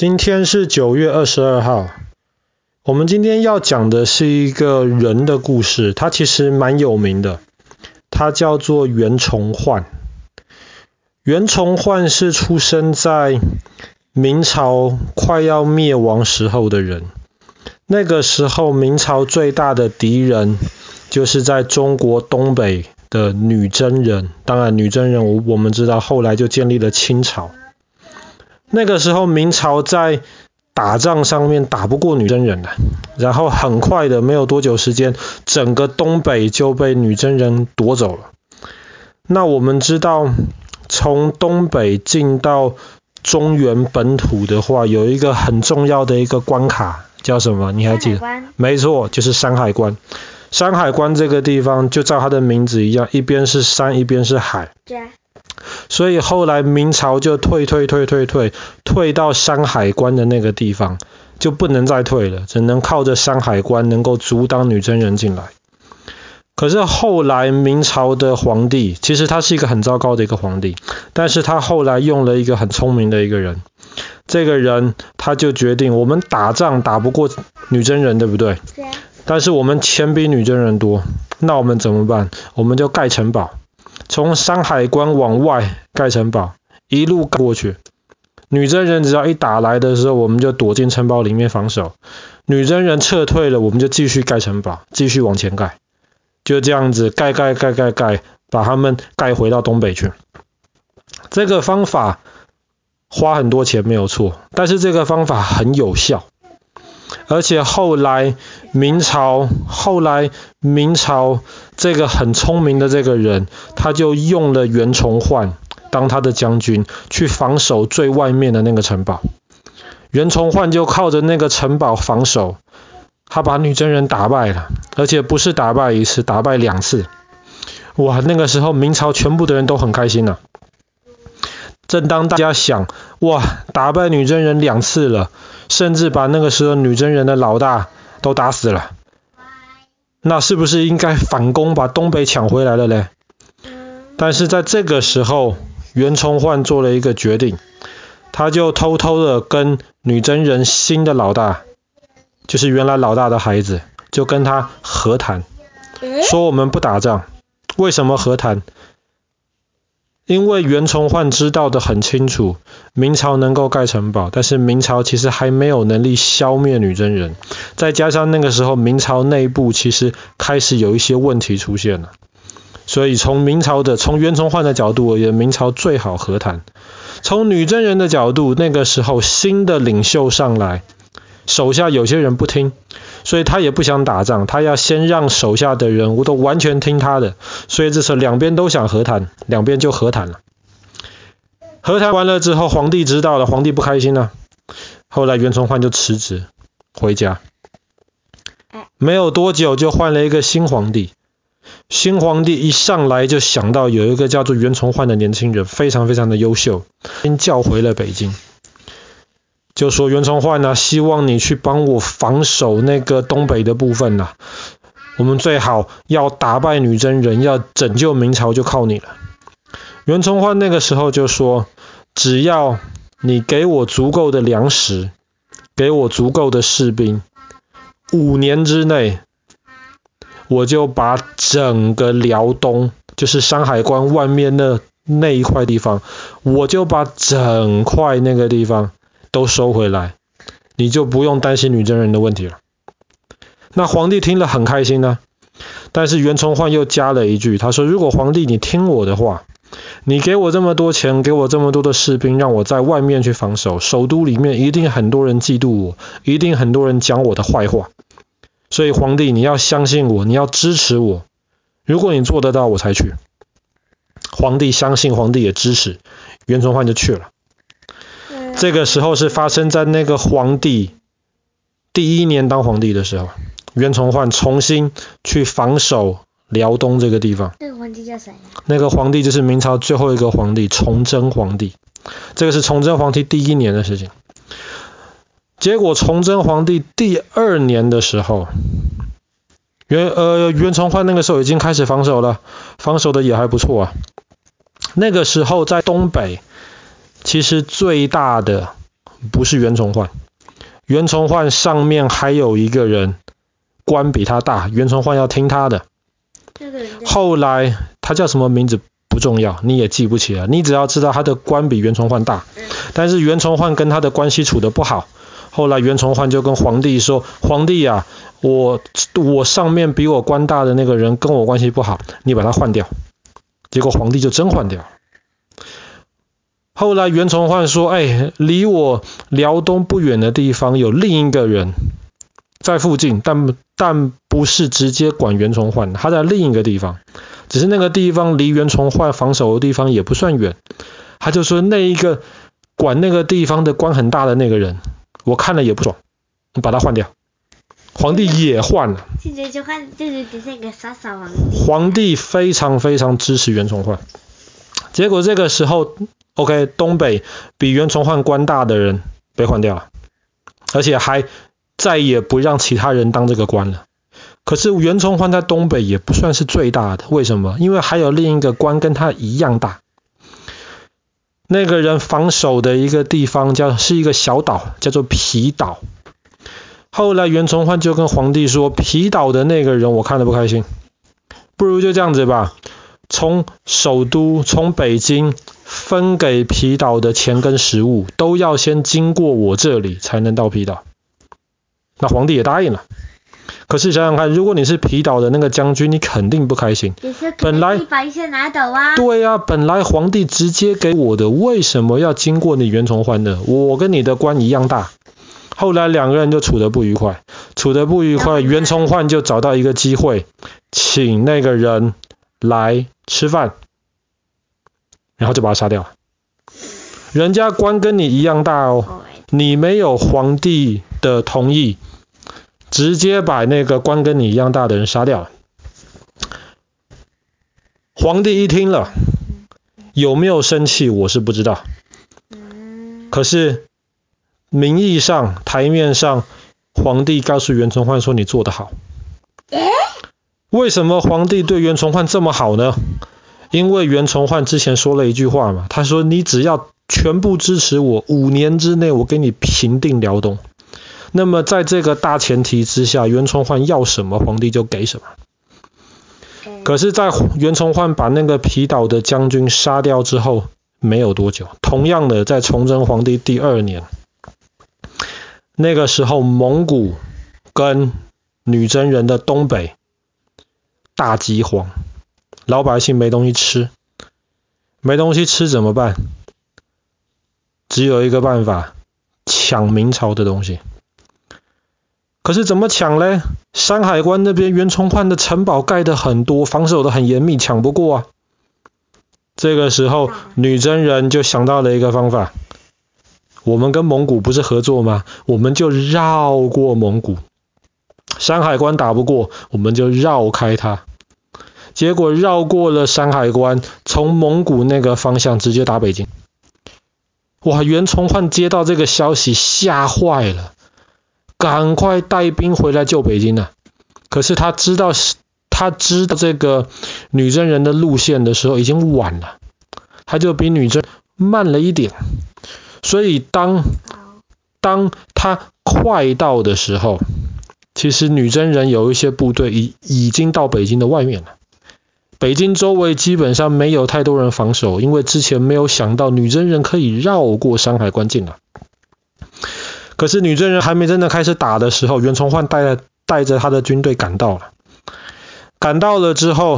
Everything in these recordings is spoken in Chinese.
今天是9月22号。我们今天要讲的是一个人的故事，他其实蛮有名的，他叫做袁崇焕。袁崇焕是出生在明朝快要灭亡时候的人。那个时候明朝最大的敌人就是在中国东北的女真人，当然女真人我们知道后来就建立了清朝。那个时候明朝在打仗上面打不过女真人了，然后很快的没有多久时间，整个东北就被女真人夺走了。那我们知道从东北进到中原本土的话，有一个很重要的一个关卡叫什么？你还记得？没错，就是山海关。山海关这个地方就照它的名字一样，一边是山，一边是海。所以后来明朝就退到山海关的那个地方，就不能再退了，只能靠着山海关能够阻挡女真人进来。可是后来明朝的皇帝，其实他是一个很糟糕的一个皇帝，但是他后来用了一个很聪明的一个人。这个人他就决定，我们打仗打不过女真人，对不对？ 对。 但是我们钱比女真人多，那我们怎么办？我们就盖城堡，从山海关往外盖城堡，一路盖过去。女真人只要一打来的时候，我们就躲进城堡里面防守。女真人撤退了，我们就继续盖城堡，继续往前盖。就这样子盖，把他们盖回到东北去。这个方法花很多钱没有错，但是这个方法很有效。而且后来明朝这个很聪明的这个人，他就用了袁崇焕当他的将军，去防守最外面的那个城堡。袁崇焕就靠着那个城堡防守，他把女真人打败了，而且不是打败一次，打败2次。哇，那个时候明朝全部的人都很开心了。正当大家想，哇，打败女真人2次了，甚至把那个时候女真人的老大都打死了，那是不是应该反攻把东北抢回来了嘞？但是在这个时候，袁崇焕做了一个决定，他就偷偷的跟女真人新的老大，就是原来老大的孩子，就跟他和谈，说我们不打仗。为什么和谈？因为袁崇焕知道的很清楚，明朝能够盖城堡，但是明朝其实还没有能力消灭女真人，再加上那个时候明朝内部其实开始有一些问题出现了，所以从袁崇焕的角度而言，明朝最好和谈。从女真人的角度，那个时候新的领袖上来，手下有些人不听，所以他也不想打仗，他要先让手下的人都完全听他的，所以这时候两边都想和谈，两边就和谈了。和谈完了之后，皇帝知道了，皇帝不开心了，后来袁崇焕就辞职回家。没有多久就换了一个新皇帝，新皇帝一上来就想到有一个叫做袁崇焕的年轻人，非常非常的优秀，先叫回了北京，就说袁崇焕啊，希望你去帮我防守那个东北的部分啊，我们最好要打败女真人，要拯救明朝就靠你了。袁崇焕那个时候就说，只要你给我足够的粮食，给我足够的士兵，5年之内我就把整个辽东，就是山海关外面那一块地方，我就把整块那个地方都收回来，你就不用担心女真人的问题了。那皇帝听了很开心呢，但是袁崇焕又加了一句，他说，如果皇帝你听我的话，你给我这么多钱，给我这么多的士兵，让我在外面去防守，首都里面一定很多人嫉妒我，一定很多人讲我的坏话，所以皇帝你要相信我，你要支持我，如果你做得到我才去。皇帝相信，皇帝也支持，袁崇焕就去了。这个时候是发生在那个皇帝第1年当皇帝的时候，袁崇焕重新去防守辽东这个地方。 那个皇帝叫谁？ 那个皇帝就是明朝最后一个皇帝，崇祯皇帝。这个是崇祯皇帝第1年的事情。结果崇祯皇帝第2年的时候，袁崇焕那个时候已经开始防守了，防守的也还不错啊。那个时候在东北，其实最大的不是袁崇焕。袁崇焕上面还有一个人，官比他大，袁崇焕要听他的。后来他叫什么名字不重要，你也记不起来，你只要知道他的官比袁崇焕大。但是袁崇焕跟他的关系处得不好，后来袁崇焕就跟皇帝说，皇帝啊，我上面比我官大的那个人跟我关系不好，你把他换掉。结果皇帝就真换掉。后来袁崇焕说，离我辽东不远的地方有另一个人在附近，但不是直接管袁崇焕，他在另一个地方，只是那个地方离袁崇焕防守的地方也不算远。他就说那一个管那个地方的官很大的那个人，我看了也不爽，你把他换掉。皇帝也换了。皇帝非常非常支持袁崇焕。结果这个时候 OK， 东北比袁崇焕官大的人被换掉了，而且还再也不让其他人当这个官了。可是袁崇焕在东北也不算是最大的，为什么？因为还有另一个官跟他一样大。那个人防守的一个地方是一个小岛，叫做皮岛。后来袁崇焕就跟皇帝说，皮岛的那个人我看得不开心，不如就这样子吧，从首都从北京分给皮岛的钱跟食物都要先经过我这里才能到皮岛。那皇帝也答应了。可是想想看，如果你是皮岛的那个将军，你肯定不开心。本来把一些拿走啊。 对啊，本来皇帝直接给我的，为什么要经过你袁崇焕呢？我跟你的官一样大。后来两个人就处得不愉快，袁崇焕就找到一个机会，请那个人来吃饭，然后就把他杀掉了。人家官跟你一样大哦，你没有皇帝的同意，直接把那个官跟你一样大的人杀掉了。皇帝一听了，有没有生气我是不知道，可是名义上台面上皇帝告诉袁崇焕说你做得好。为什么皇帝对袁崇焕这么好呢？因为袁崇焕之前说了一句话嘛，他说你只要全部支持我，5年之内我给你平定辽东。那么在这个大前提之下，袁崇焕要什么皇帝就给什么。可是在袁崇焕把那个皮岛的将军杀掉之后没有多久，同样的在崇祯皇帝第2年，那个时候蒙古跟女真人的东北大饥荒，老百姓没东西吃，没东西吃怎么办？只有一个办法，抢明朝的东西。可是怎么抢呢？山海关那边袁崇焕的城堡盖得很多，防守得很严密，抢不过啊。这个时候女真人就想到了一个方法，我们跟蒙古不是合作吗？我们就绕过蒙古，山海关打不过，我们就绕开它。结果绕过了山海关，从蒙古那个方向直接打北京。哇，袁崇焕接到这个消息吓坏了，赶快带兵回来救北京啊。可是他知道这个女真人的路线的时候已经晚了，他就比女真慢了一点。所以当他快到的时候，其实女真人有一些部队已经到北京的外面了。北京周围基本上没有太多人防守，因为之前没有想到女真人可以绕过山海关进来。可是女真人还没真的开始打的时候，袁崇焕带着他的军队赶到了。赶到了之后，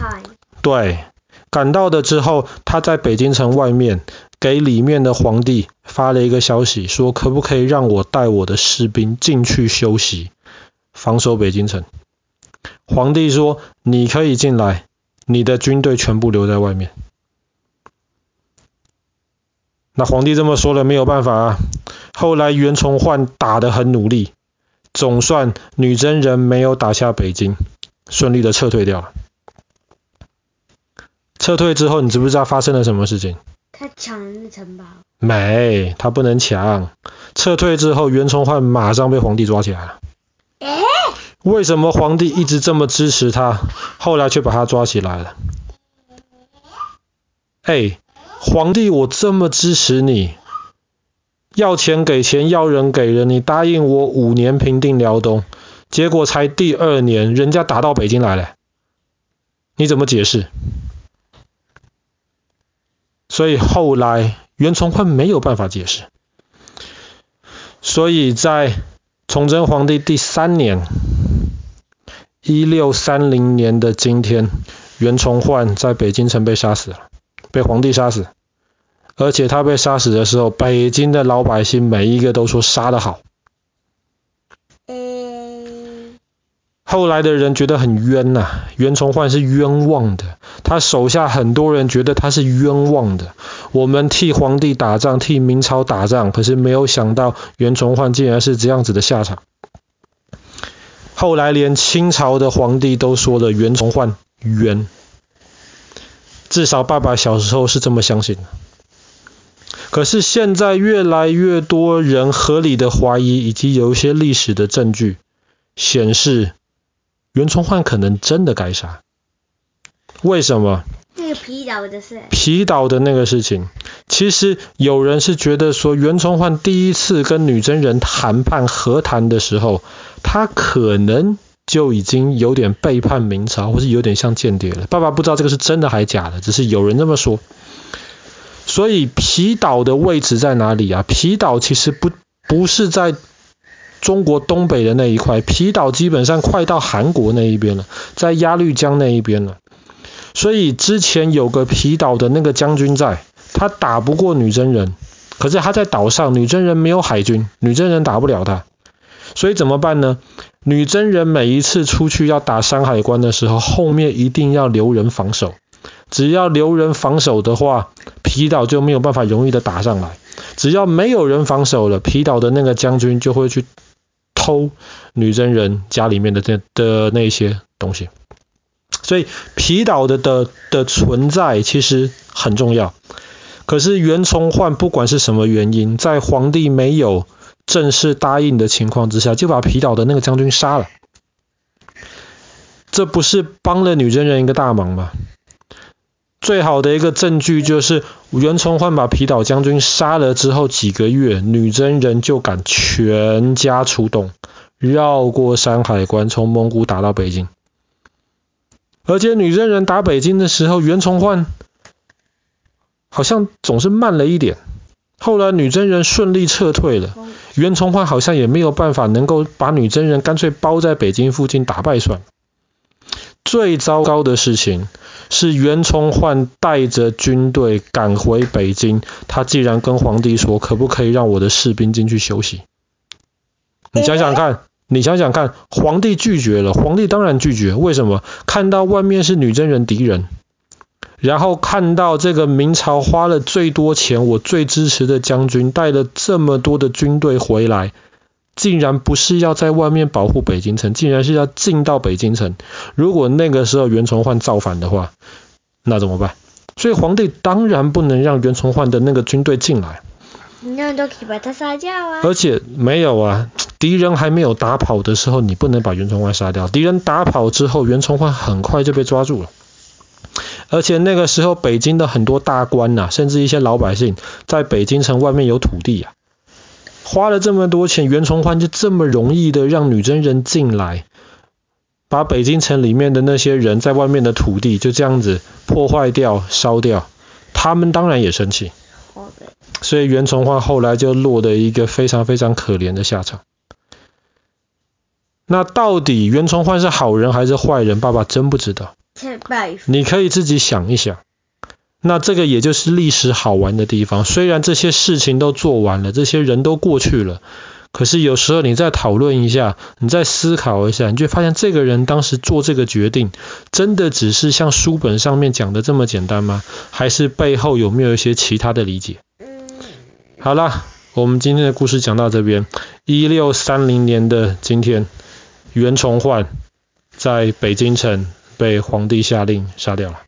他在北京城外面给里面的皇帝发了一个消息，说可不可以让我带我的士兵进去休息，防守北京城。皇帝说你可以进来，你的军队全部留在外面。那皇帝这么说了没有办法啊。后来袁崇焕打得很努力，总算女真人没有打下北京，顺利的撤退掉了。撤退之后你知不知道发生了什么事情？ 他抢了城堡。 没，他不能抢。撤退之后袁崇焕马上被皇帝抓起来了。为什么皇帝一直这么支持他，后来却把他抓起来了？皇帝我这么支持你， 要钱给钱，要人给人，你答应我5年平定辽东，结果才第2年人家打到北京来了，你怎么解释？所以后来袁崇焕没有办法解释，所以在崇祯皇帝第3年1630年的今天，袁崇焕在北京城被杀死了，被皇帝杀死。而且他被杀死的时候，北京的老百姓每一个都说杀得好。后来的人觉得很冤呐，袁崇焕是冤枉的，他手下很多人觉得他是冤枉的。我们替皇帝打仗，替明朝打仗，可是没有想到袁崇焕竟然是这样子的下场。后来连清朝的皇帝都说了袁崇焕冤，至少爸爸小时候是这么相信的。可是现在越来越多人合理的怀疑，以及有一些历史的证据显示袁崇焕可能真的该杀。为什么？ 那个皮岛的事。 皮岛的那个事情，其实有人是觉得说袁崇焕第一次跟女真人谈判和谈的时候，他可能就已经有点背叛明朝，或是有点像间谍了。爸爸不知道这个是真的还假的，只是有人这么说。所以皮岛的位置在哪里啊？皮岛其实不是在中国东北的那一块，皮岛基本上快到韩国那一边了，在鸭绿江那一边了。所以之前有个皮岛的那个将军在，他打不过女真人，可是他在岛上，女真人没有海军，女真人打不了他。所以怎么办呢？女真人每一次出去要打山海关的时候，后面一定要留人防守。只要留人防守的话，皮岛就没有办法容易的打上来。只要没有人防守了，皮岛的那个将军就会去偷女真人家里面的那些东西。所以皮岛的存在其实很重要。可是袁崇焕不管是什么原因，在皇帝没有正式答应的情况之下，就把皮岛的那个将军杀了。这不是帮了女真人一个大忙吗？最好的一个证据就是袁崇焕把皮岛将军杀了之后几个月，女真人就敢全家出动，绕过山海关，从蒙古打到北京。而且女真人打北京的时候，袁崇焕好像总是慢了一点。后来女真人顺利撤退了，袁崇焕好像也没有办法能够把女真人干脆包在北京附近打败算了。最糟糕的事情是袁崇焕带着军队赶回北京，他竟然跟皇帝说，可不可以让我的士兵进去休息？你想想看，皇帝拒绝了，皇帝当然拒绝，为什么？看到外面是女真人敌人，然后看到这个明朝花了最多钱，我最支持的将军带了这么多的军队回来，竟然不是要在外面保护北京城，竟然是要进到北京城。如果那个时候袁崇焕造反的话，那怎么办？所以皇帝当然不能让袁崇焕的那个军队进来。 那都可以把他杀掉啊。 而且没有啊，敌人还没有打跑的时候，你不能把袁崇焕杀掉。敌人打跑之后，袁崇焕很快就被抓住了。而且那个时候北京的很多大官啊，甚至一些老百姓在北京城外面有土地啊，花了这么多钱，袁崇焕就这么容易的让女真人进来，把北京城里面的那些人在外面的土地就这样子破坏掉、烧掉，他们当然也生气。所以袁崇焕后来就落得一个非常非常可怜的下场。那到底袁崇焕是好人还是坏人，爸爸真不知道。你可以自己想一想。那这个也就是历史好玩的地方，虽然这些事情都做完了，这些人都过去了，可是有时候你再讨论一下，你再思考一下，你就发现这个人当时做这个决定，真的只是像书本上面讲的这么简单吗？还是背后有没有一些其他的理解？好啦，我们今天的故事讲到这边。1630年的今天，袁崇焕在北京城被皇帝下令杀掉了。